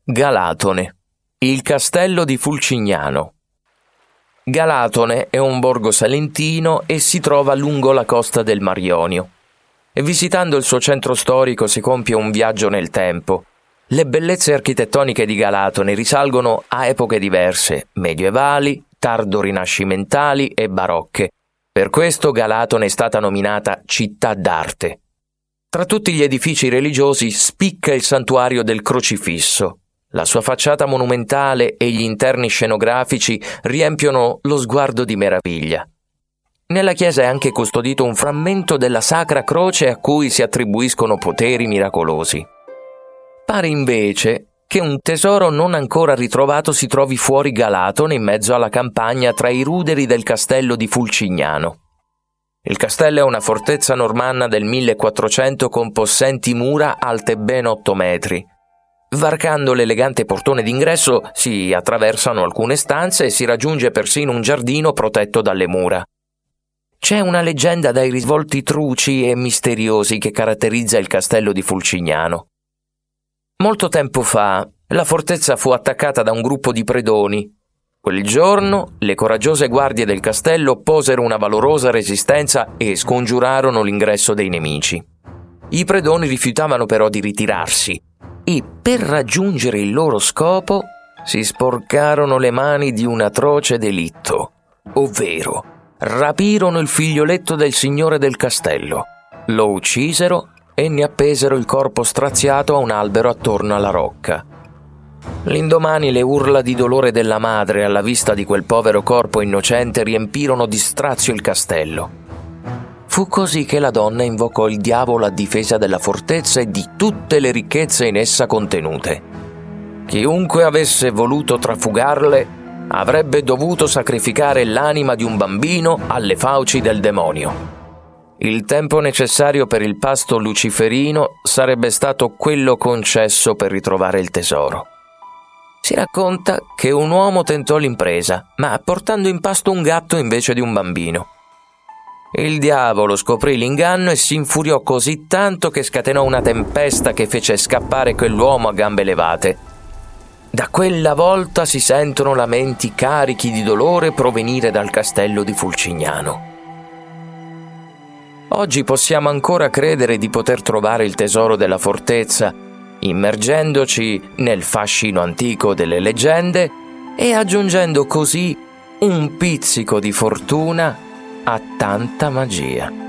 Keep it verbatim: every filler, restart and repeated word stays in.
Galatone, il castello di Fulcignano. Galatone è un borgo salentino e si trova lungo la costa del Mar Ionio. E visitando il suo centro storico si compie un viaggio nel tempo. Le bellezze architettoniche di Galatone risalgono a epoche diverse, medievali, tardo-rinascimentali e barocche. Per questo Galatone è stata nominata città d'arte. Tra tutti gli edifici religiosi spicca il santuario del Crocifisso. La sua facciata monumentale e gli interni scenografici riempiono lo sguardo di meraviglia. Nella chiesa è anche custodito un frammento della Sacra Croce a cui si attribuiscono poteri miracolosi. Pare invece che un tesoro non ancora ritrovato si trovi fuori Galatone in mezzo alla campagna tra i ruderi del castello di Fulcignano. Il castello è una fortezza normanna del millequattrocento con possenti mura alte ben otto metri. Varcando l'elegante portone d'ingresso si attraversano alcune stanze e si raggiunge persino un giardino protetto dalle mura. C'è una leggenda dai risvolti truci e misteriosi che caratterizza il castello di Fulcignano. Molto tempo fa la fortezza fu attaccata da un gruppo di predoni. Quel giorno le coraggiose guardie del castello posero una valorosa resistenza e scongiurarono l'ingresso dei nemici. I predoni rifiutavano però di ritirarsi e per raggiungere il loro scopo si sporcarono le mani di un atroce delitto, ovvero rapirono il figlioletto del signore del castello, lo uccisero e ne appesero il corpo straziato a un albero attorno alla rocca. L'indomani le urla di dolore della madre alla vista di quel povero corpo innocente riempirono di strazio il castello. Fu così che la donna invocò il diavolo a difesa della fortezza e di tutte le ricchezze in essa contenute. Chiunque avesse voluto trafugarle avrebbe dovuto sacrificare l'anima di un bambino alle fauci del demonio. Il tempo necessario per il pasto luciferino sarebbe stato quello concesso per ritrovare il tesoro. Si racconta che un uomo tentò l'impresa, ma portando in pasto un gatto invece di un bambino. Il diavolo scoprì l'inganno e si infuriò così tanto che scatenò una tempesta che fece scappare quell'uomo a gambe levate. Da quella volta si sentono lamenti carichi di dolore provenire dal castello di Fulcignano. Oggi possiamo ancora credere di poter trovare il tesoro della fortezza, immergendoci nel fascino antico delle leggende e aggiungendo così un pizzico di fortuna a tanta magia.